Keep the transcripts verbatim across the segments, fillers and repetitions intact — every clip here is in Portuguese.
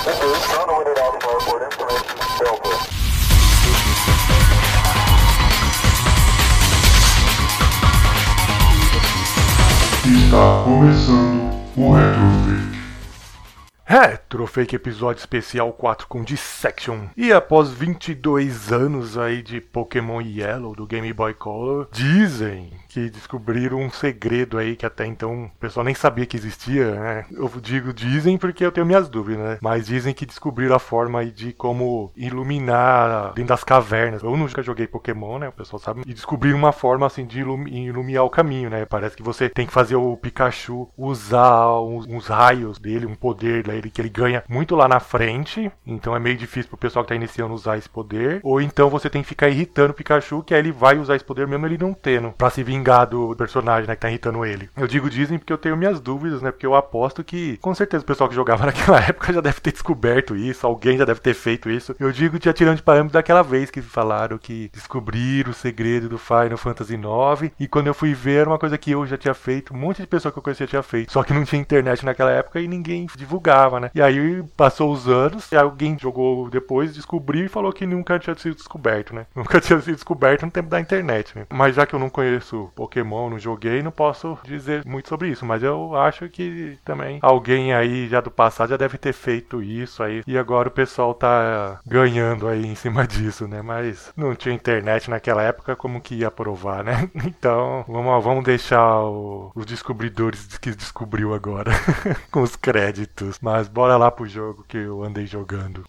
Está começando o Retrofake. Retrofake episódio especial quatro com Dissection. E após vinte e dois anos aí de Pokémon Yellow do Game Boy Color, dizem que descobriram um segredo aí que até então o pessoal nem sabia que existia, né? Eu digo dizem porque eu tenho minhas dúvidas, né? Mas dizem que descobriram a forma aí de como iluminar dentro das cavernas. Eu nunca joguei Pokémon, né? O pessoal sabe. E descobriram uma forma assim de ilum- iluminar o caminho, né? Parece que você tem que fazer o Pikachu usar uns, uns raios dele, um poder dele que ele ganha muito lá na frente. Então é meio difícil pro pessoal que tá iniciando usar esse poder. Ou então você tem que ficar irritando o Pikachu, que aí ele vai usar esse poder mesmo ele não tendo, pra se vingar do personagem, né, que tá irritando ele. Eu digo dizem porque eu tenho minhas dúvidas, né, porque eu aposto que com certeza o pessoal que jogava naquela época já deve ter descoberto isso, alguém já deve ter feito isso. Eu digo te atirando de parâmetro daquela vez que falaram que descobriram o segredo do Final Fantasy nove, e quando eu fui ver era uma coisa que eu já tinha feito, um monte de pessoa que eu conhecia tinha feito, só que não tinha internet naquela época e ninguém divulgava, né. E aí passou os anos e alguém jogou depois, descobriu e falou que nunca tinha sido descoberto, né. Nunca tinha sido descoberto no tempo da internet, né. Mas já que eu não conheço Pokémon, não joguei, não posso dizer muito sobre isso, mas eu acho que também alguém aí já do passado já deve ter feito isso aí, e agora o pessoal tá ganhando aí em cima disso, né, mas não tinha internet naquela época, como que ia provar, né, então vamos, vamos deixar o, os descobridores que descobriu agora com os créditos, mas bora lá pro jogo que eu andei jogando.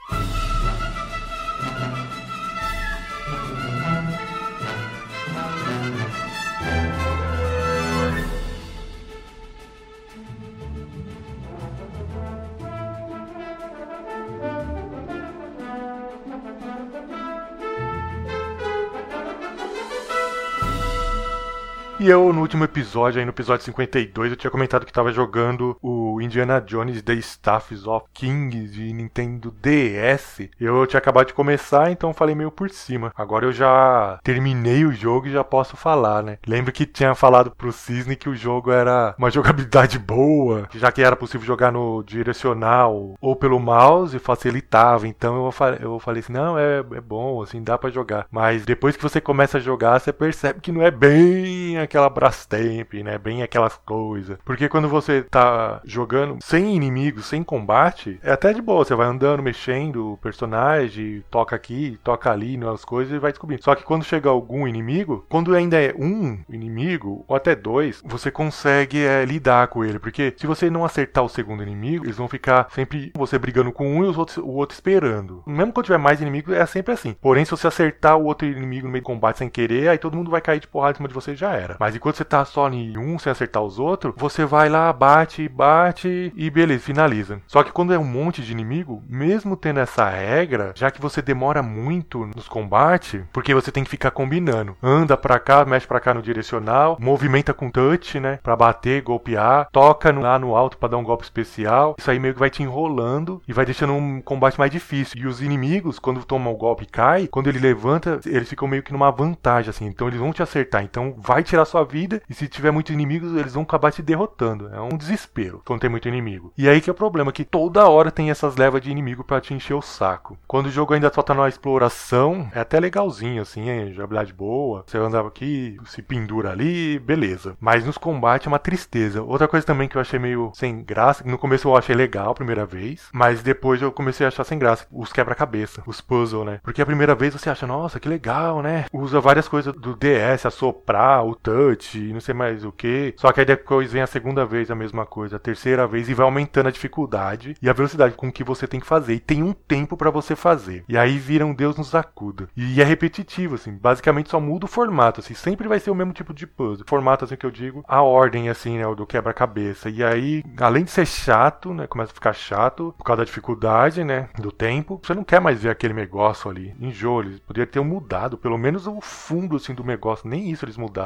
E eu, no último episódio, aí no episódio cinquenta e dois, eu tinha comentado que estava jogando o Indiana Jones The Staffs of Kings de Nintendo D S. Eu tinha acabado de começar, então falei meio por cima. Agora eu já terminei o jogo e já posso falar, né? Lembro que tinha falado pro Cisne que o jogo era uma jogabilidade boa, já que era possível jogar no direcional ou pelo mouse, facilitava. Então eu falei, eu falei assim, não, é, é bom, assim, dá pra jogar. Mas depois que você começa a jogar, você percebe que não é bem aquela Brastemp, né? Bem aquelas coisas. Porque quando você tá jogando sem inimigos, sem combate, é até de boa. Você vai andando, mexendo o personagem, toca aqui, toca ali nas coisas e vai descobrindo. Só que quando chega algum inimigo, quando ainda é um inimigo, ou até dois, você consegue é, lidar com ele. Porque se você não acertar o segundo inimigo, eles vão ficar sempre você brigando com um e os outros, o outro esperando. Mesmo quando tiver mais inimigos, é sempre assim. Porém, se você acertar o outro inimigo no meio do combate sem querer, aí todo mundo vai cair de porrada em cima de você e já era. Mas enquanto você tá só em um, sem acertar os outros, você vai lá, bate, bate e beleza, finaliza. Só que quando é um monte de inimigo, mesmo tendo essa regra, já que você demora muito nos combates, porque você tem que ficar combinando. Anda pra cá, mexe pra cá no direcional, movimenta com touch, né, pra bater, golpear, toca no, lá no alto pra dar um golpe especial. Isso aí meio que vai te enrolando e vai deixando um combate mais difícil. E os inimigos, quando tomam o golpe e cai, quando ele levanta, eles ficam meio que numa vantagem, assim. Então eles vão te acertar. Então vai tirar sua vida, e se tiver muitos inimigos, eles vão acabar te derrotando. É um desespero quando tem muito inimigo. E aí que é o problema, que toda hora tem essas levas de inimigo pra te encher o saco. Quando o jogo ainda só tá numa exploração, é até legalzinho, assim, é jogabilidade boa. Você anda aqui, se pendura ali, beleza. Mas nos combates é uma tristeza. Outra coisa também que eu achei meio sem graça, no começo eu achei legal a primeira vez, mas depois eu comecei a achar sem graça. Os quebra-cabeça, os puzzles, né? Porque a primeira vez você acha, nossa, que legal, né? Usa várias coisas do D S, assoprar, o touch, não sei mais o que. Só que aí depois vem a segunda vez a mesma coisa, a terceira vez, e vai aumentando a dificuldade e a velocidade com que você tem que fazer. E tem um tempo pra você fazer. E aí vira um Deus nos acuda. E é repetitivo, assim. Basicamente só muda o formato, assim. Sempre vai ser o mesmo tipo de puzzle. Formato, assim, que eu digo, a ordem, assim, né, do quebra-cabeça. E aí, além de ser chato, né, começa a ficar chato por causa da dificuldade, né, do tempo. Você não quer mais ver aquele negócio ali. Enjoo, eles poderiam ter mudado, pelo menos o fundo, assim, do negócio. Nem isso eles mudaram. E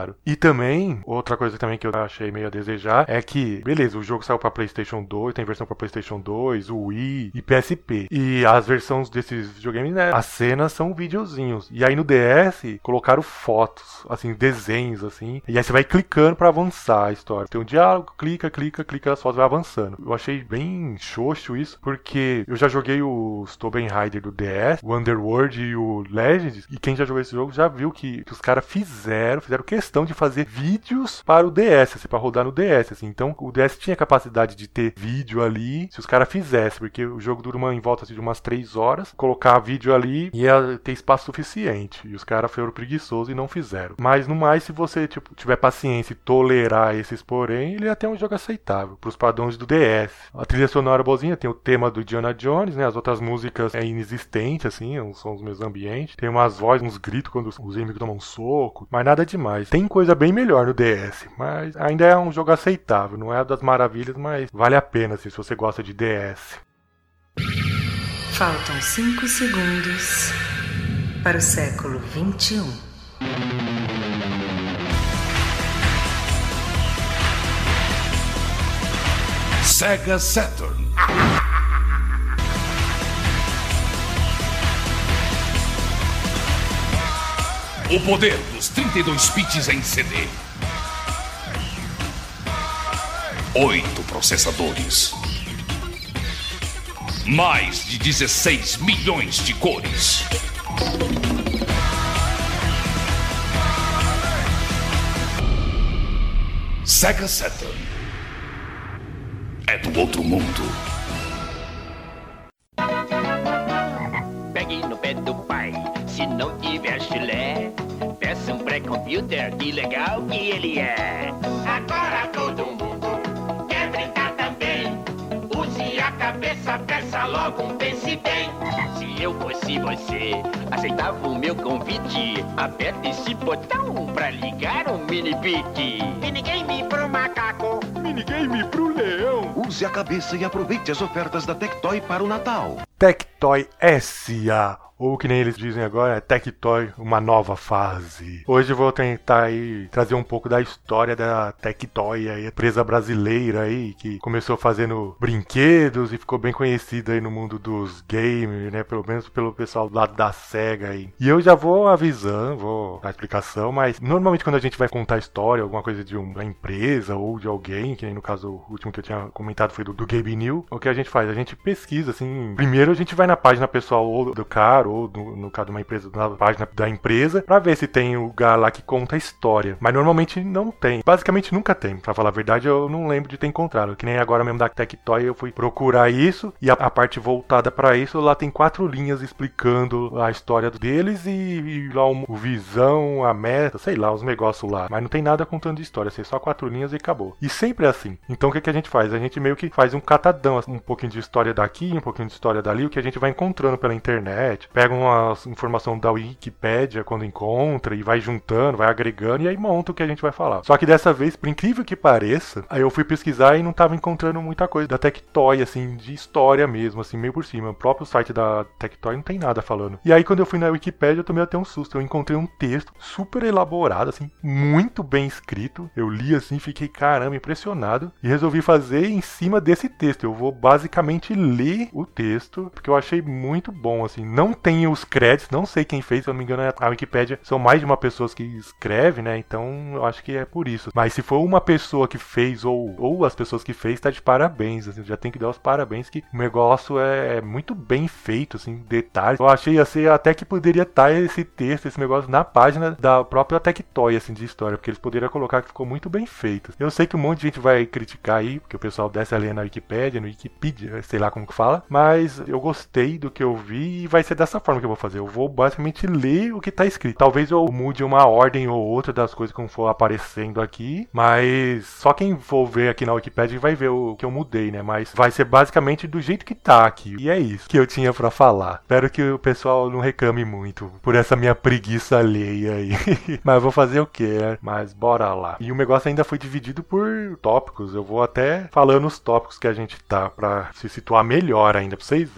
também, outra coisa também que eu achei meio a desejar é que, beleza, o jogo saiu pra PlayStation dois, tem versão pra PlayStation dois, o Wii e P S P. E as versões desses videogames, né, as cenas são videozinhos. E aí no D S colocaram fotos, assim, desenhos, assim. E aí você vai clicando pra avançar a história. Tem um diálogo, clica, clica, clica, as fotos vai avançando. Eu achei bem xoxo isso, porque eu já joguei os Tomb Raider do D S, o Underworld e o Legends, e quem já jogou esse jogo já viu que, que os caras fizeram, fizeram questão de fazer vídeos para o D S, assim, pra rodar no D S, assim. Então o D S tinha capacidade de ter vídeo ali, se os caras fizessem, porque o jogo dura uma, em volta assim, de umas três horas, colocar vídeo ali ia ter espaço suficiente. E os caras foram preguiçosos e não fizeram. Mas no mais, se você tipo, tiver paciência e tolerar esses porém, ele é até um jogo aceitável pros padrões do D S. A trilha sonora boazinha, tem o tema do Indiana Jones, né? As outras músicas é inexistente, assim, são os meus ambientes. Tem umas vozes, uns gritos quando os inimigos tomam um soco, mas nada demais. Tem coisa bem melhor no D S, mas ainda é um jogo aceitável. Não é das maravilhas, mas vale a pena, assim, se você gosta de D S. Faltam cinco segundos para o século vinte e um. Sega Saturn. O poder dos trinta e dois bits em C D. Oito processadores. Mais de dezesseis milhões de cores. Sega Saturn. É do outro mundo. Pegue no pé do pai, se não tiver chulé. Peça um pré-computer, que legal que ele é. Agora todo mundo quer brincar também. Use a cabeça, peça logo um pense bem. Se eu fosse você, aceitava o meu convite. Aperte esse botão pra ligar o mini-bit. Minigame pro macaco, minigame pro leão. Use a cabeça e aproveite as ofertas da Tectoy para o Natal. Tectoy S A, ou que nem eles dizem agora, é Tectoy, uma nova fase. Hoje eu vou tentar aí trazer um pouco da história da Tectoy, a empresa brasileira aí, que começou fazendo brinquedos e ficou bem conhecida aí no mundo dos games, né, pelo menos pelo pessoal do lado da Sega aí. E eu já vou avisando, vou dar explicação, mas normalmente quando a gente vai contar história, alguma coisa de uma empresa ou de alguém, que nem no caso o último que eu tinha comentado foi do, do Gabe New, o que a gente faz? A gente pesquisa, assim, primeiro a gente vai na página pessoal ou do cara, ou do, no caso de uma empresa, na página da empresa, pra ver se tem o lugar lá que conta a história. Mas normalmente não tem. Basicamente nunca tem. Pra falar a verdade, eu não lembro de ter encontrado. Que nem agora mesmo da Tectoy, eu fui procurar isso, e a, a parte voltada pra isso, lá tem quatro linhas explicando a história deles e, e lá o, o visão, a meta, sei lá, os negócios lá. Mas não tem nada contando de história, assim, só quatro linhas e acabou. E sempre é assim. Então o que, que a gente faz? A gente meio que faz um catadão, assim, um pouquinho de história daqui, um pouquinho de história dali, o que a gente vai encontrando pela internet, pega uma informação da Wikipédia quando encontra e vai juntando, vai agregando e aí monta o que a gente vai falar. Só que dessa vez, por incrível que pareça, aí eu fui pesquisar e não tava encontrando muita coisa da Tectoy, assim, de história mesmo, assim, meio por cima. O próprio site da Tectoy não tem nada falando. E aí quando eu fui na Wikipédia, eu tomei até um susto. Eu encontrei um texto super elaborado, assim, muito bem escrito. Eu li assim, fiquei, caramba, impressionado. E resolvi fazer em cima desse texto. Eu vou basicamente ler o texto, porque eu achei muito bom, assim. Não tem os créditos, não sei quem fez, se eu não me engano, a Wikipédia são mais de uma pessoa que escreve, né? Então eu acho que é por isso. Mas se for uma pessoa que fez, ou, ou as pessoas que fez, tá de parabéns, assim. Já tem que dar os parabéns, que o negócio é muito bem feito, assim, detalhes. Eu achei assim, até que poderia estar esse texto, esse negócio na página da própria Tectoy, assim, de história, porque eles poderiam colocar que ficou muito bem feito. Eu sei que um monte de gente vai criticar aí, porque o pessoal desce ali na Wikipédia, no Wikipedia, sei lá como que fala, mas eu gostei do que eu vi e vai ser dessa forma que eu vou fazer. Eu vou basicamente ler o que tá escrito. Talvez eu mude uma ordem ou outra das coisas que for aparecendo aqui, mas só quem for ver aqui na Wikipédia vai ver o que eu mudei, né? Mas vai ser basicamente do jeito que tá aqui. E é isso que eu tinha pra falar. Espero que o pessoal não reclame muito por essa minha preguiça alheia aí. Mas vou fazer o que, né? Mas bora lá. E o negócio ainda foi dividido por tópicos. Eu vou até falando os tópicos que a gente tá pra se situar melhor ainda, pra vocês verem como que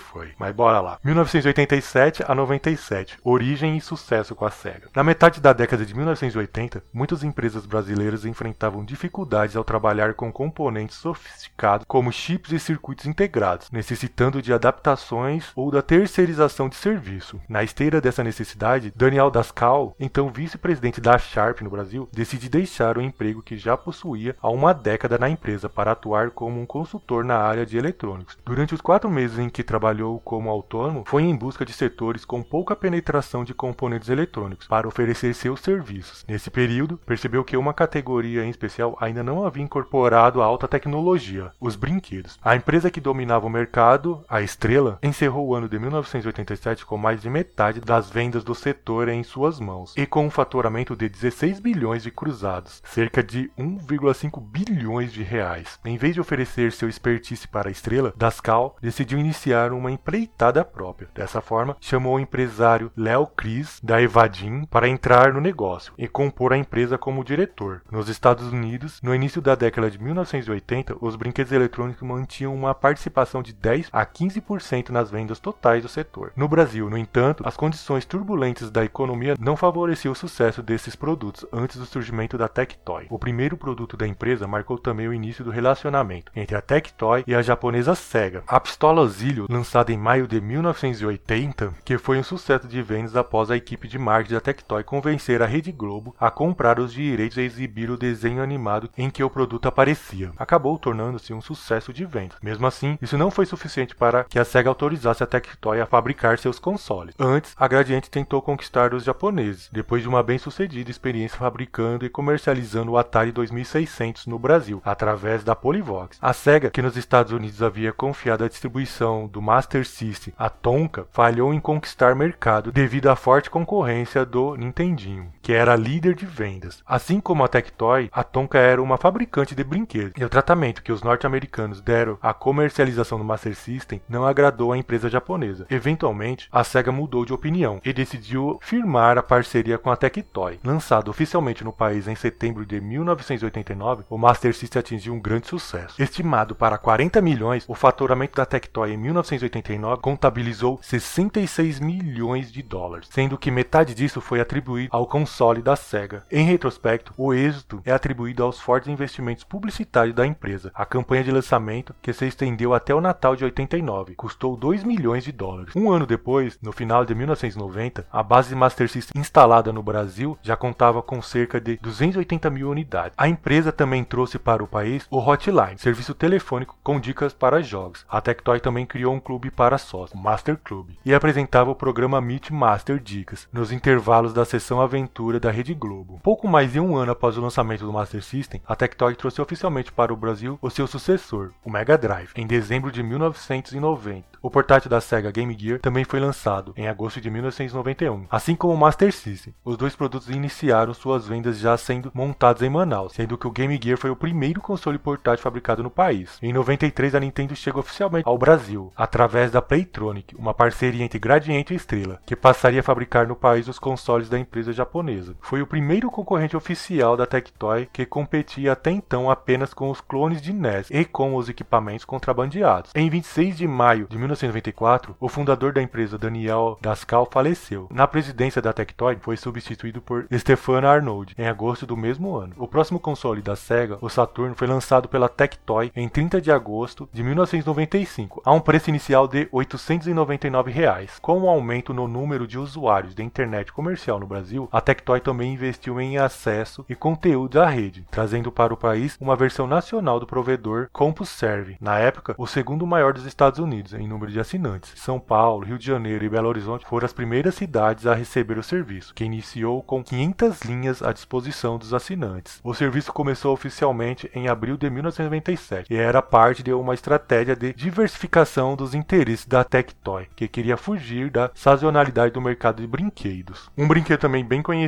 foi. Mas bora lá. mil novecentos e oitenta e sete a noventa e sete. Origem e sucesso com a Sega. Na metade da década de mil novecentos e oitenta, muitas empresas brasileiras enfrentavam dificuldades ao trabalhar com componentes sofisticados como chips e circuitos integrados, necessitando de adaptações ou da terceirização de serviço. Na esteira dessa necessidade, Daniel Daskal, então vice-presidente da Sharp no Brasil, decide deixar o emprego que já possuía há uma década na empresa para atuar como um consultor na área de eletrônicos. Durante os quatro meses em que trabalhou como autônomo, foi em busca de setores com pouca penetração de componentes eletrônicos para oferecer seus serviços. Nesse período, percebeu que uma categoria em especial ainda não havia incorporado a alta tecnologia, os brinquedos. A empresa que dominava o mercado, a Estrela, encerrou o ano de mil novecentos e oitenta e sete com mais de metade das vendas do setor em suas mãos e com um faturamento de dezesseis bilhões de cruzados, cerca de um vírgula cinco bilhões de reais. Em vez de oferecer seu expertise para a Estrela, Daskal decidiu iniciar uma empreitada própria. Dessa forma, chamou o empresário Léo Cris, da Evadim, para entrar no negócio e compor a empresa como diretor. Nos Estados Unidos, no início da década de mil novecentos e oitenta, os brinquedos eletrônicos mantinham uma participação de dez a quinze por cento nas vendas totais do setor. No Brasil, no entanto, as condições turbulentas da economia não favoreciam o sucesso desses produtos antes do surgimento da Tectoy. O primeiro produto da empresa marcou também o início do relacionamento entre a Tectoy e a japonesa Sega. A pistola Zillion, lançada em maio de mil novecentos e oitenta, que foi um sucesso de vendas após a equipe de marketing da Tectoy convencer a Rede Globo a comprar os direitos e exibir o desenho animado em que o produto aparecia. Acabou tornando-se um sucesso de vendas. Mesmo assim, isso não foi suficiente para que a Sega autorizasse a Tectoy a fabricar seus consoles. Antes, a Gradiente tentou conquistar os japoneses, depois de uma bem-sucedida experiência fabricando e comercializando o Atari dois mil e seiscentos no Brasil, através da Polivox. A Sega, que nos Estados Unidos havia confiado a distribuição do Master System à Tonka, falhou em conquistar mercado devido à forte concorrência do Nintendinho, que era líder de vendas. Assim como a Tectoy, a Tonka era uma fabricante de brinquedos, e o tratamento que os norte-americanos deram à comercialização do Master System não agradou à empresa japonesa. Eventualmente, a Sega mudou de opinião e decidiu firmar a parceria com a Tectoy. Lançado oficialmente no país em setembro de mil novecentos e oitenta e nove, o Master System atingiu um grande sucesso. Estimado para quarenta milhões, o faturamento da Tectoy em mil novecentos e oitenta e nove contabilizou sessenta e seis milhões de dólares, sendo que metade disso foi atribuído ao console da Sega. Em retrospecto, o êxito é atribuído aos fortes investimentos publicitários da empresa. A campanha de lançamento, que se estendeu até o Natal de oitenta e nove, custou dois milhões de dólares. Um ano depois, no final de mil novecentos e noventa, a base Master System instalada no Brasil já contava com cerca de duzentas e oitenta mil unidades. A empresa também trouxe para o país o Hotline, serviço telefônico com dicas para jogos. A Tectoy também criou um clube para sócios, o Master Club, e apresentava o programa Meet Master Dicas, nos intervalos da sessão Aventura da Rede Globo. Pouco mais de um ano após o lançamento do Master System, a Tectoy trouxe oficialmente para o Brasil o seu sucessor, o Mega Drive, em dezembro de mil novecentos e noventa. O portátil da Sega Game Gear também foi lançado em agosto de mil novecentos e noventa e um. Assim como o Master System, os dois produtos iniciaram suas vendas já sendo montados em Manaus, sendo que o Game Gear foi o primeiro console portátil fabricado no país. Em noventa e três, a Nintendo chegou oficialmente ao Brasil, através da Playtronic, uma parceria entre Gradiente e Estrela, que passaria a fabricar no país os consoles da empresa japonesa. Foi o primeiro concorrente oficial da Tectoy, que competia até então apenas com os clones de N E S e com os equipamentos contrabandeados. Em vinte e seis de maio de mil novecentos e noventa e quatro, o fundador da empresa, Daniel Daskal, faleceu. Na presidência da Tectoy, foi substituído por Stefano Arnold em agosto do mesmo ano. O próximo console da Sega, o Saturn, foi lançado pela Tectoy em trinta de agosto de mil novecentos e noventa e cinco, a um preço inicial de oitocentos e noventa e nove reais. Com o aumento no número de usuários da internet comercial no Brasil, a Tectoy também investiu em acesso e conteúdo à rede, trazendo para o país uma versão nacional do provedor CompuServe, na época o segundo maior dos Estados Unidos em número de assinantes. São Paulo, Rio de Janeiro e Belo Horizonte foram as primeiras cidades a receber o serviço, que iniciou com quinhentas linhas à disposição dos assinantes. O serviço começou oficialmente em abril de mil novecentos e noventa e sete e era parte de uma estratégia de diversificação dos interesses da Tectoy, que queria fugir da sazonalidade do mercado de brinquedos. Um brinquedo também bem conhecido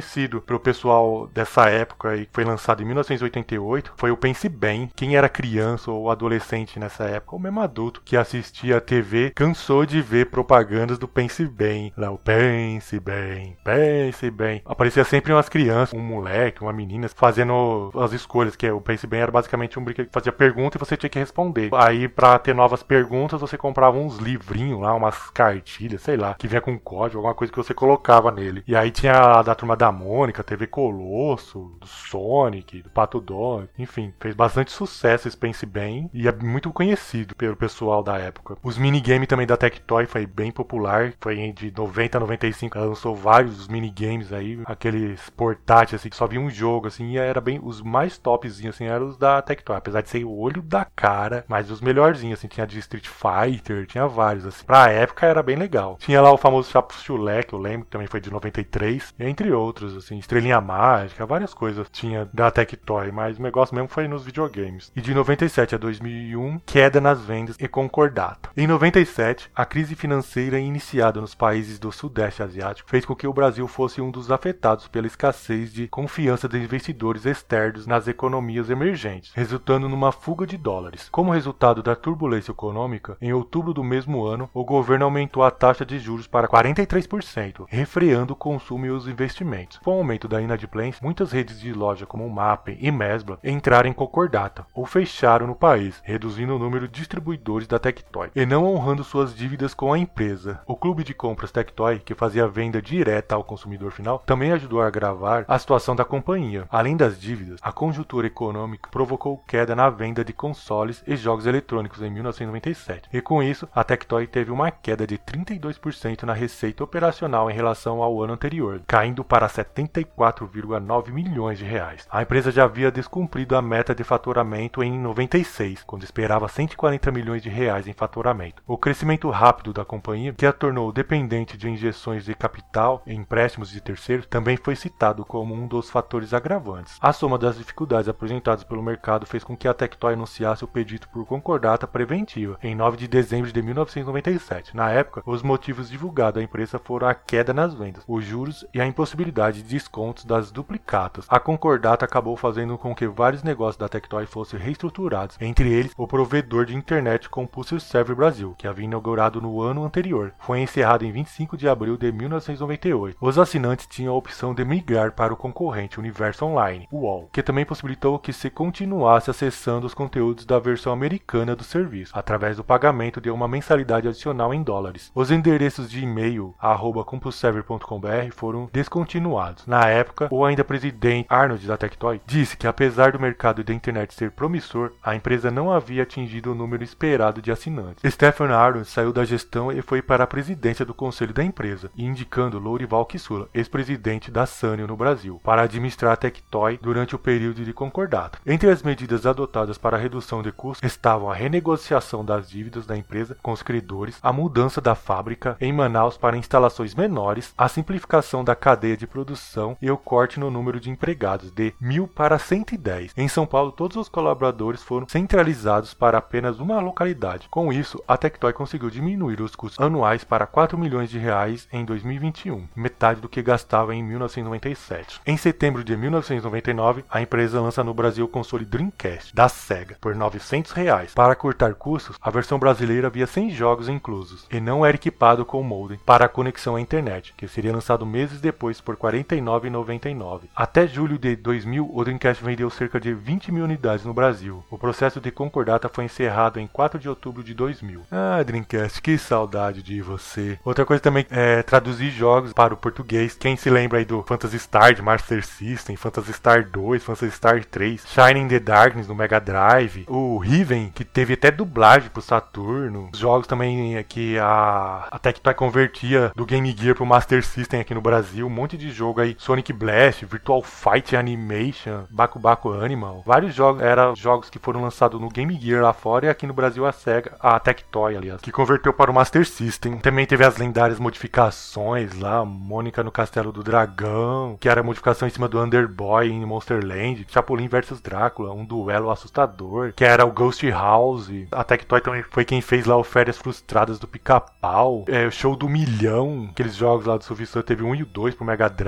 conhecido pro pessoal dessa época e que foi lançado em mil novecentos e oitenta e oito foi o Pense Bem. Quem era criança ou adolescente nessa época, ou mesmo adulto, que assistia a T V, cansou de ver propagandas do Pense Bem. Lá, o Pense Bem, Pense Bem. Aparecia sempre umas crianças, um moleque, uma menina, fazendo as escolhas, que o Pense Bem era basicamente um brinquedo que fazia pergunta e você tinha que responder. Aí, pra ter novas perguntas, você comprava uns livrinhos lá, umas cartilhas, sei lá, que vinha com código, alguma coisa que você colocava nele. E aí tinha a da Turma da Mônica, T V Colosso, do Sonic, do Pato Donald, enfim, fez bastante sucesso esse Pense Bem e é muito conhecido pelo pessoal da época. Os minigames também da Tectoy foi bem popular, foi de noventa a noventa e cinco, ela lançou vários minigames aí, aqueles portáteis assim, que só via um jogo assim, e era bem, os mais topzinhos assim, eram os da Tectoy, apesar de ser o olho da cara, mas os melhorzinhos assim, tinha de Street Fighter, tinha vários assim, pra época era bem legal. Tinha lá o famoso Chapo Chulé, que eu lembro, que também foi de noventa e três, entre outros assim, Estrelinha Mágica, várias coisas tinha da Tectoy, mas o negócio mesmo foi nos videogames. E de noventa e sete a dois mil e um, queda nas vendas e concordata. Em noventa e sete, a crise financeira iniciada nos países do Sudeste Asiático fez com que o Brasil fosse um dos afetados pela escassez de confiança de investidores externos nas economias emergentes, resultando numa fuga de dólares. Como resultado da turbulência econômica, em outubro do mesmo ano, o governo aumentou a taxa de juros para quarenta e três por cento, refreando o consumo e os investimentos. Com o aumento da inadimplência, muitas redes de loja como Mapping e Mesbla entraram em concordata ou fecharam no país, reduzindo o número de distribuidores da Tectoy e não honrando suas dívidas com a empresa. O clube de compras Tectoy, que fazia venda direta ao consumidor final, também ajudou a agravar a situação da companhia. Além das dívidas, a conjuntura econômica provocou queda na venda de consoles e jogos eletrônicos em mil novecentos e noventa e sete, e com isso a Tectoy teve uma queda de trinta e dois por cento na receita operacional em relação ao ano anterior, caindo para setenta e quatro vírgula nove milhões de reais. A empresa já havia descumprido a meta de faturamento em noventa e seis, quando esperava cento e quarenta milhões de reais em faturamento. O crescimento rápido da companhia, que a tornou dependente de injeções de capital e empréstimos de terceiros, também foi citado como um dos fatores agravantes. A soma das dificuldades apresentadas pelo mercado fez com que a Tectoy anunciasse o pedido por concordata preventiva em nove de dezembro de mil novecentos e noventa e sete. Na época, os motivos divulgados à imprensa foram a queda nas vendas, os juros e a impossibilidade de descontos das duplicatas. A concordata acabou fazendo com que vários negócios da Tectoy fossem reestruturados, entre eles o provedor de internet Compulsor Server Brasil, que havia inaugurado no ano anterior. Foi encerrado em vinte e cinco de abril de mil novecentos e noventa e oito. Os assinantes tinham a opção de migrar para o concorrente Universo Online, U O L, que também possibilitou que se continuasse acessando os conteúdos da versão americana do serviço, através do pagamento de uma mensalidade adicional em dólares. Os endereços de e-mail arroba compulserver ponto com ponto b r foram descontinuados. Na época, o ainda presidente Arnold da Tectoy disse que apesar do mercado da internet ser promissor, a empresa não havia atingido o número esperado de assinantes. Stephen Arnold saiu da gestão e foi para a presidência do conselho da empresa, indicando Lourival Kissula, ex-presidente da Sanyo no Brasil, para administrar a Tectoy durante o período de concordata. Entre as medidas adotadas para a redução de custos estavam a renegociação das dívidas da empresa com os credores, a mudança da fábrica em Manaus para instalações menores, a simplificação da cadeia de produção e o corte no número de empregados de mil para cento e dez. Em São Paulo, todos os colaboradores foram centralizados para apenas uma localidade. Com isso, a Tectoy conseguiu diminuir os custos anuais para quatro milhões de reais em dois mil e vinte e um, metade do que gastava em mil novecentos e noventa e sete. Em setembro de mil novecentos e noventa e nove, a empresa lança no Brasil o console Dreamcast da Sega por novecentos reais. Para cortar custos, a versão brasileira havia cem jogos inclusos e não era equipado com modem para a conexão à internet, que seria lançado meses depois por quarenta e nove reais e noventa e nove centavos. Até julho de dois mil, o Dreamcast vendeu cerca de vinte mil unidades no Brasil. O processo de concordata foi encerrado em quatro de outubro de dois mil. Ah, Dreamcast, que saudade de você. Outra coisa também é traduzir jogos para o português. Quem se lembra aí do Phantasy Star de Master System, Phantasy Star dois, Phantasy Star três, Shining the Darkness no Mega Drive, o Riven, que teve até dublagem pro Saturno, os jogos também que a, a Tectoy convertia do Game Gear pro Master System aqui no Brasil, um monte de jogo aí, Sonic Blast, Virtual Fight Animation, Baku Baku Animal, vários jogos, eram jogos que foram lançados no Game Gear lá fora e aqui no Brasil a Sega, a Tectoy aliás, que converteu para o Master System. Também teve as lendárias modificações lá, Mônica no Castelo do Dragão, que era modificação em cima do Underboy em Monsterland, Chapolin versus Drácula, um duelo assustador, que era o Ghost House. A Tectoy também foi quem fez lá o Férias Frustradas do Pica-Pau, é, o Show do Milhão, aqueles jogos lá do Silvio Santos, teve um e o dois pro Mega Drive.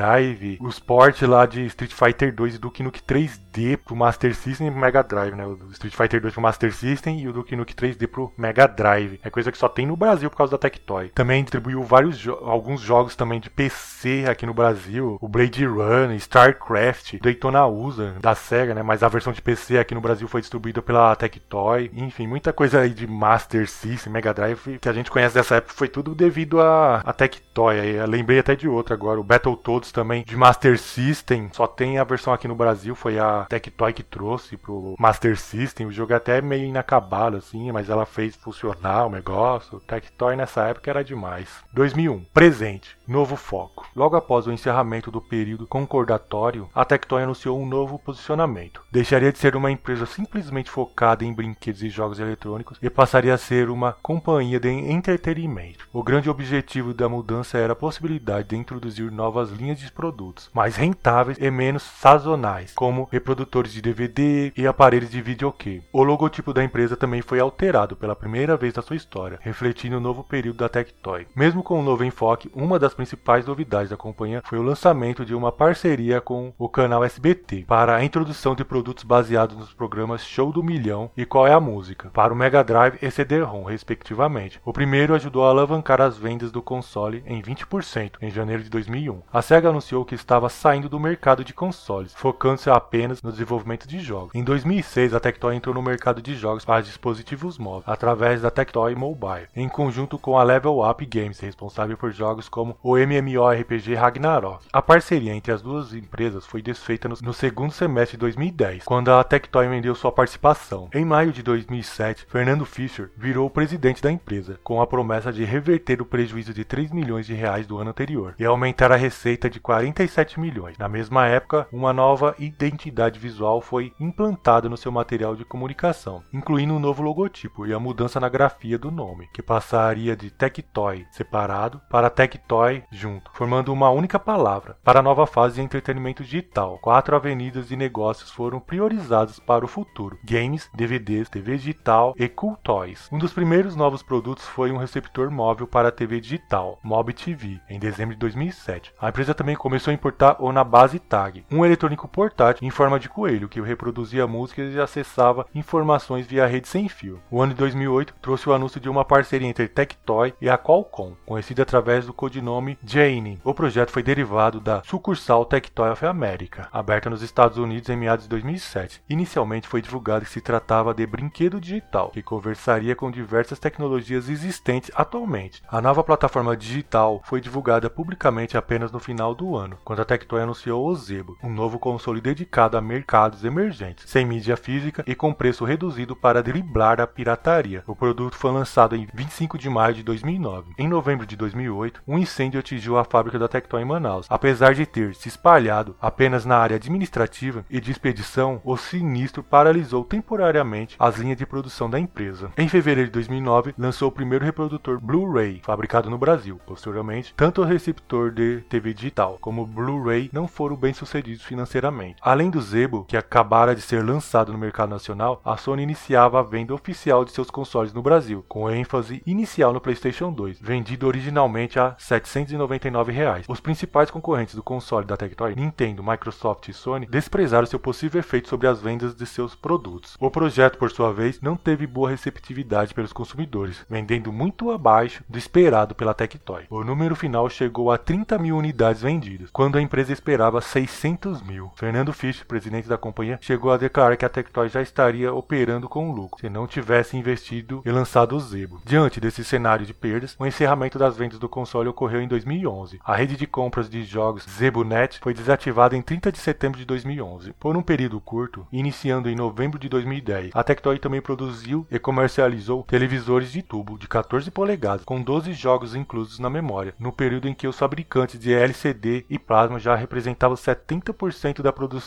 Drive, os ports lá de Street Fighter dois e Duke Nukem três D pro Master System e pro Mega Drive, né? O Street Fighter dois pro Master System e o Duke Nukem três D pro Mega Drive. É coisa que só tem no Brasil por causa da Tectoy. Também distribuiu vários jo- alguns jogos também de P C aqui no Brasil, o Blade Runner, StarCraft, Daytona U S A da Sega, né? Mas a versão de P C aqui no Brasil foi distribuída pela Tectoy. Enfim, muita coisa aí de Master System, Mega Drive que a gente conhece dessa época foi tudo devido a, a Tectoy. Aí, eu lembrei até de outra agora, o Battletoads também de Master System, só tem a versão aqui no Brasil, foi a Tectoy que trouxe pro Master System. O jogo é até meio inacabado assim, mas ela fez funcionar o negócio. Tectoy nessa época era demais. dois mil e um, presente, novo foco. Logo após o encerramento do período concordatório, a Tectoy anunciou um novo posicionamento. Deixaria de ser uma empresa simplesmente focada em brinquedos e jogos eletrônicos e passaria a ser uma companhia de entretenimento. O grande objetivo da mudança era a possibilidade de introduzir novas linhas de produtos, mais rentáveis e menos sazonais, como reprodutores de D V D e aparelhos de videokê. O logotipo da empresa também foi alterado pela primeira vez na sua história, refletindo o novo período da Tectoy. Mesmo com o novo enfoque, uma das principais novidades da companhia foi o lançamento de uma parceria com o canal S B T para a introdução de produtos baseados nos programas Show do Milhão e Qual é a Música, para o Mega Drive e C D-ROM, respectivamente. O primeiro ajudou a alavancar as vendas do console em vinte por cento em janeiro de dois mil e um. A Sega anunciou que estava saindo do mercado de consoles, focando-se apenas no desenvolvimento de jogos. Em dois mil e seis, a Tectoy entrou no mercado de jogos para dispositivos móveis, através da Tectoy Mobile, em conjunto com a Level Up Games, responsável por jogos como o MMORPG Ragnarok. A parceria entre as duas empresas foi desfeita no, no segundo semestre de dois mil e dez, quando a Tectoy vendeu sua participação. Em maio de dois mil e sete, Fernando Fischer virou o presidente da empresa, com a promessa de reverter o prejuízo de três milhões de reais do ano anterior e aumentar a receita de quarenta e sete milhões. Na mesma época, uma nova identidade visual foi implantada no seu material de comunicação, incluindo um novo logotipo e a mudança na grafia do nome, que passaria de Tectoy separado para Tectoy junto, formando uma única palavra. Para a nova fase de entretenimento digital, quatro avenidas de negócios foram priorizadas para o futuro: games, D V Ds, T V digital e Cool Toys. Um dos primeiros novos produtos foi um receptor móvel para a T V digital, Mob T V, em dezembro de dois mil e sete. A empresa também começou a importar o Nabase Tag, um eletrônico portátil em forma de coelho que reproduzia músicas e acessava informações via rede sem fio. O ano de dois mil e oito trouxe o anúncio de uma parceria entre Tectoy e a Qualcomm, conhecida através do codinome Jane. O projeto foi derivado da sucursal Tectoy of America, aberta nos Estados Unidos em meados de dois mil e sete. Inicialmente foi divulgado que se tratava de brinquedo digital, que conversaria com diversas tecnologias existentes atualmente. A nova plataforma digital foi divulgada publicamente apenas no final do ano, quando a Tectoy anunciou o Zebo, um novo console dedicado a mercados emergentes, sem mídia física e com preço reduzido para driblar a pirataria. O produto foi lançado em vinte e cinco de maio de dois mil e nove. Em novembro de dois mil e oito, um incêndio atingiu a fábrica da Tectoy em Manaus. Apesar de ter se espalhado apenas na área administrativa e de expedição, o sinistro paralisou temporariamente as linhas de produção da empresa. Em fevereiro de dois mil e nove, lançou o primeiro reprodutor Blu-ray fabricado no Brasil. Posteriormente, tanto o receptor de T V digital como o Blu-ray não foram bem sucedidos financeiramente. Além do Zebo, que acabara de ser lançado no mercado nacional, a Sony iniciava a venda oficial de seus consoles no Brasil, com ênfase inicial no PlayStation dois, vendido originalmente a setecentos e noventa e nove reais. Os principais concorrentes do console da Tectoy, Nintendo, Microsoft e Sony, desprezaram seu possível efeito sobre as vendas de seus produtos. O projeto, por sua vez, não teve boa receptividade pelos consumidores, vendendo muito abaixo do esperado pela Tectoy. O número final chegou a trinta mil unidades vendidas, quando a empresa esperava seiscentos mil. Fernando Fischer, presidente da companhia, chegou a declarar que a Tectoy já estaria operando com lucro, se não tivesse investido e lançado o Zebo. Diante desse cenário de perdas, o encerramento das vendas do console ocorreu em dois mil e onze. A rede de compras de jogos ZeboNet foi desativada em trinta de setembro de dois mil e onze. Por um período curto, iniciando em novembro de dois mil e dez, a Tectoy também produziu e comercializou televisores de tubo de quatorze polegadas, com doze jogos inclusos na memória, no período em que os fabricantes de L C D e plasma já representavam setenta por cento da produção na zona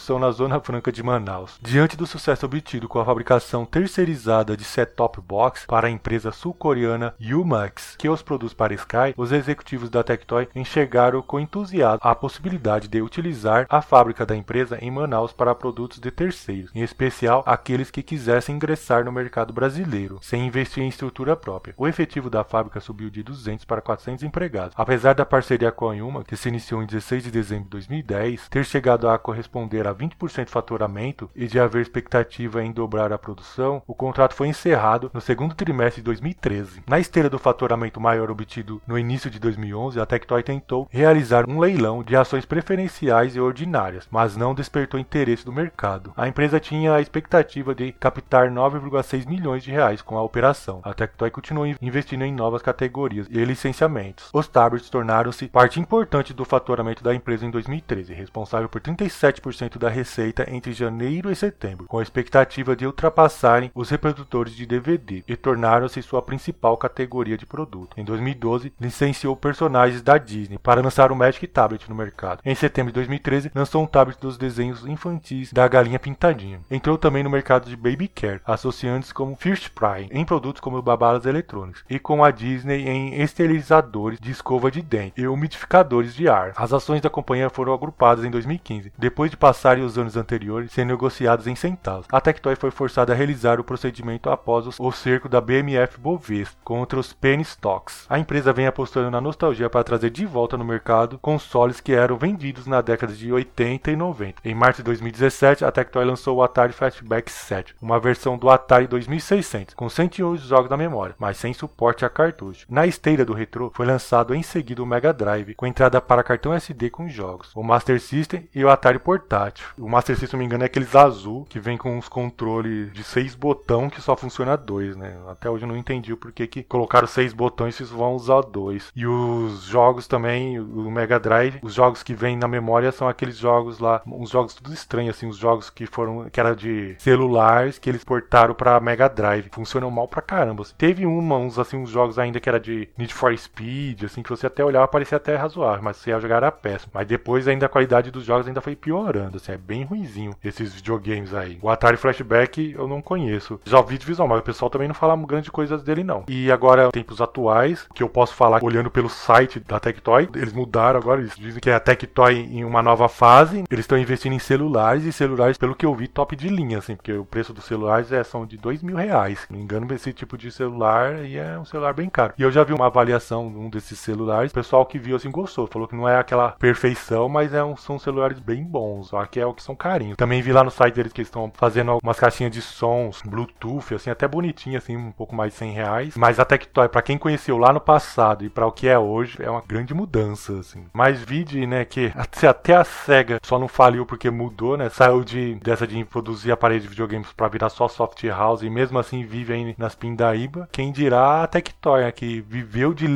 Zona Franca de Manaus. Diante do sucesso obtido com a fabricação terceirizada de set-top box para a empresa sul-coreana Umax, que os produz para Sky, os executivos da Tectoy enxergaram com entusiasmo a possibilidade de utilizar a fábrica da empresa em Manaus para produtos de terceiros, em especial aqueles que quisessem ingressar no mercado brasileiro, sem investir em estrutura própria. O efetivo da fábrica subiu de duzentos para quatrocentos empregados. Apesar da parceria com a Umax, que se iniciou em dezesseis de dezembro de dois mil e dez, ter chegado a corresponder a vinte por cento de faturamento e de haver expectativa em dobrar a produção, o contrato foi encerrado no segundo trimestre de dois mil e treze. Na esteira do faturamento maior obtido no início de dois mil e onze, a Tectoy tentou realizar um leilão de ações preferenciais e ordinárias, mas não despertou interesse do mercado. A empresa tinha a expectativa de captar nove vírgula seis milhões de reais com a operação. A Tectoy continuou investindo em novas categorias e licenciamentos. Os tablets tornaram-se parte importante do faturamento da empresa em dois mil e treze, responsável por trinta e sete por cento da receita entre janeiro e setembro, com a expectativa de ultrapassarem os reprodutores de D V D e tornaram-se sua principal categoria de produto. Em dois mil e doze, licenciou personagens da Disney para lançar o Magic Tablet no mercado. Em setembro de dois mil e treze, lançou um tablet dos desenhos infantis da Galinha Pintadinha. Entrou também no mercado de Baby Care, associando-se com First Prime em produtos como babalas eletrônicos e com a Disney em esterilizadores de escova de dente e umidificadores de ar. As ações da companhia foram agrupadas em dois mil e quinze, depois de passarem os anos anteriores sendo negociados em centavos. A Tectoy foi forçada a realizar o procedimento após o cerco da B M F Bovespa contra os penny stocks. A empresa vem apostando na nostalgia para trazer de volta no mercado consoles que eram vendidos na década de oitenta e noventa. Em março de dois mil e dezessete, a Tectoy lançou o Atari Flashback sete, uma versão do Atari dois mil e seiscentos, com cento e onze jogos na memória, mas sem suporte a cartucho. Na esteira do retrô, foi lançado em seguida o Mega Drive, com entrada para cartão S D com jogos, o Master System e o Atari portátil. O Master System, se não me engano, é aqueles azul, que vem com uns controles de seis botões que só funciona dois, né? Até hoje eu não entendi o porquê que colocaram seis botões e vão usar dois. E os jogos também, o Mega Drive, os jogos que vêm na memória são aqueles jogos lá, uns jogos tudo estranhos, assim, os jogos que foram, que era de celulares, que eles portaram pra Mega Drive. Funcionam mal pra caramba. Assim. Teve uma, uns, assim, uns jogos ainda que era de Need for Speed, assim, que você até olhava parecia até razoável, mas você ia jogar era péssimo. Mas depois ainda a qualidade dos jogos ainda foi piorando, assim, é bem ruinzinho esses videogames aí. O Atari Flashback eu não conheço. Já vi de visual, mas o pessoal também não fala grande coisas dele não. E agora, tempos atuais, que eu posso falar olhando pelo site da Tectoy, eles mudaram agora, eles dizem que é a Tectoy em uma nova fase, eles estão investindo em celulares, e celulares, pelo que eu vi, top de linha, assim, porque o preço dos celulares é, são de dois mil reais. Se não me engano, esse tipo de celular e é um celular bem caro. E eu já vi uma avaliação de um desses celulares, o pessoal que viu assim gostou, falou que não é aquela perfeição, mas é um, são celulares bem bons, só que é o que são carinhos. Também vi lá no site deles que eles estão fazendo umas caixinhas de sons, Bluetooth, assim, até bonitinha, assim, um pouco mais de cem reais. Mas a Tectoy, pra quem conheceu lá no passado e pra o que é hoje, é uma grande mudança, assim. Mas vide, né, que até a Sega só não faliu porque mudou, né, saiu de, dessa de produzir aparelhos de videogames pra virar só soft house e mesmo assim vive aí nas pindaíba. Quem dirá a Tectoy, né, que viveu de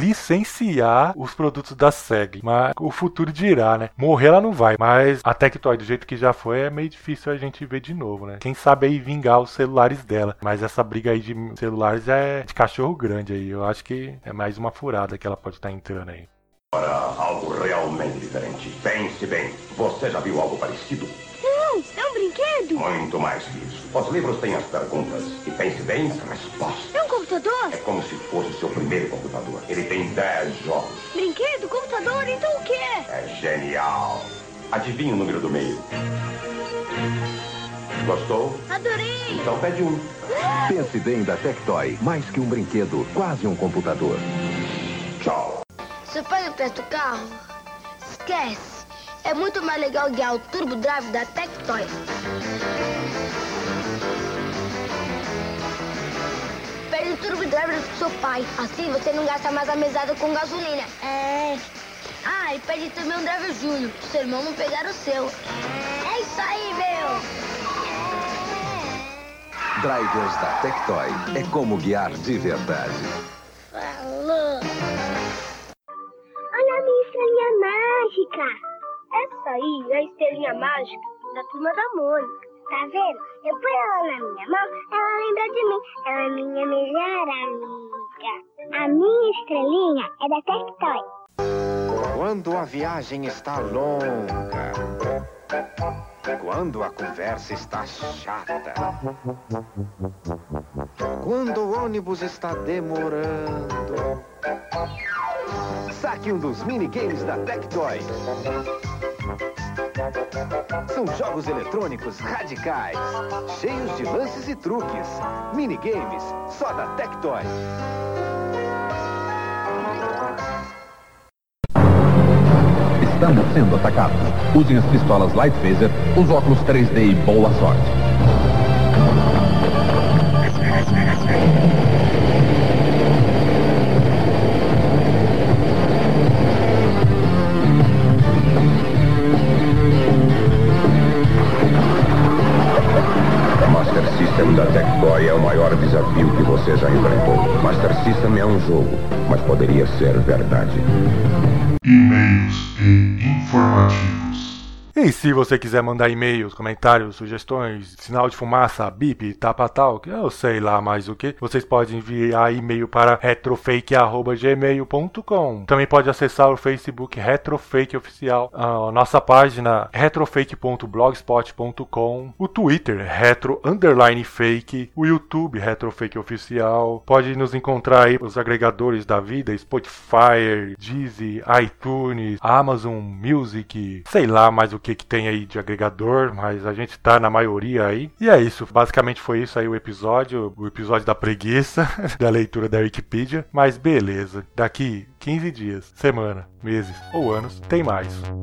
licenciar os produtos da Sega. Mas o futuro dirá, né, morrer ela não vai, mas a Tectoy do jeito que já foi é meio difícil a gente ver de novo, né. Quem sabe aí vingar os celulares dela, mas essa briga aí de celulares é de cachorro grande aí, eu acho que é mais uma furada que ela pode estar entrando aí. Agora, algo realmente diferente. Pense bem, você já viu algo parecido? Não, é um brinquedo. Muito mais que isso. Os livros têm as perguntas e pense bem as respostas. É um computador? É como se fosse o seu primeiro computador. Ele tem dez jogos. Brinquedo? Computador? Então o que é? É genial. Adivinha o número do meio? Gostou? Adorei! Então pede um. Pense bem da Tectoy, mais que um brinquedo, quase um computador. Tchau. Seu pai não presta o carro? Esquece! É muito mais legal guiar o Turbo Drive da Tectoy. Pede o Turbo Drive do seu pai. Assim você não gasta mais a mesada com gasolina. É. Ah, e pede também um Drive Júnior, pro seu irmão não pegar o seu. É isso aí, meu! Drivers da Tectoy. É como guiar de verdade. Falou! Olha a minha estrelinha mágica! Essa aí é a estrelinha mágica da Turma da Mônica. Tá vendo? Eu ponho ela na minha mão, ela lembra de mim. Ela é minha melhor amiga. A minha estrelinha é da Tectoy. Quando a viagem está longa Quando a conversa está chata. Quando o ônibus está demorando. Saque um dos minigames da Tectoy. São jogos eletrônicos radicais, cheios de lances e truques. Minigames só da Tectoy. Estamos sendo atacados. Usem as pistolas Light Phaser, os óculos três D e boa sorte. Master System da Tectoy é o maior desafio que você já enfrentou. Master System é um jogo, mas poderia ser verdade. E-mails e informativos. E se você quiser mandar e-mails, comentários, sugestões, sinal de fumaça, bip, tapa tal, eu sei lá mais o que, vocês podem enviar e-mail para retrofake arroba gmail ponto com. Também pode acessar o Facebook Retrofake Oficial, a nossa página retrofake ponto blogspot ponto com, o Twitter retro underline fake, o YouTube Retrofake Oficial. Pode nos encontrar aí os agregadores da vida, Spotify, Deezer, iTunes, Amazon Music, sei lá mais o que que tem aí de agregador, mas a gente tá na maioria aí. E é isso, basicamente foi isso aí o episódio, o episódio da preguiça, da leitura da Wikipedia, mas beleza, daqui quinze dias, semana, meses ou anos, tem mais.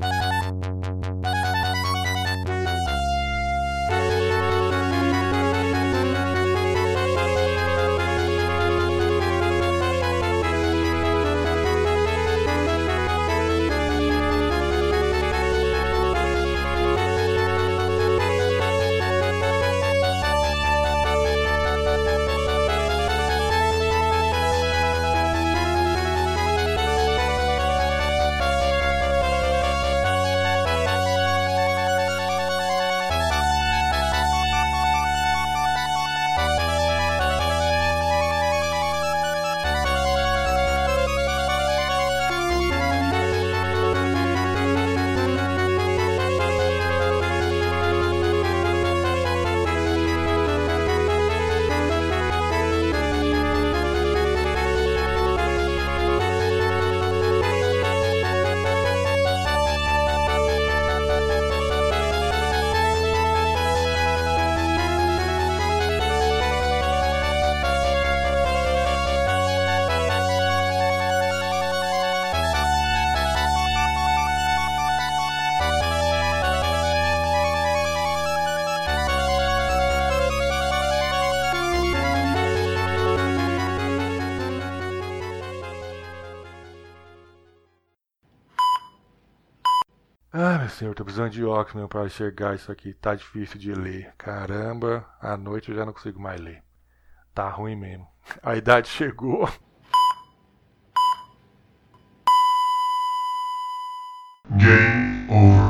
Ah, meu senhor, tô precisando de óculos mesmo pra enxergar isso aqui. Tá difícil de ler. Caramba, à noite eu já não consigo mais ler. Tá ruim mesmo. A idade chegou. Game over.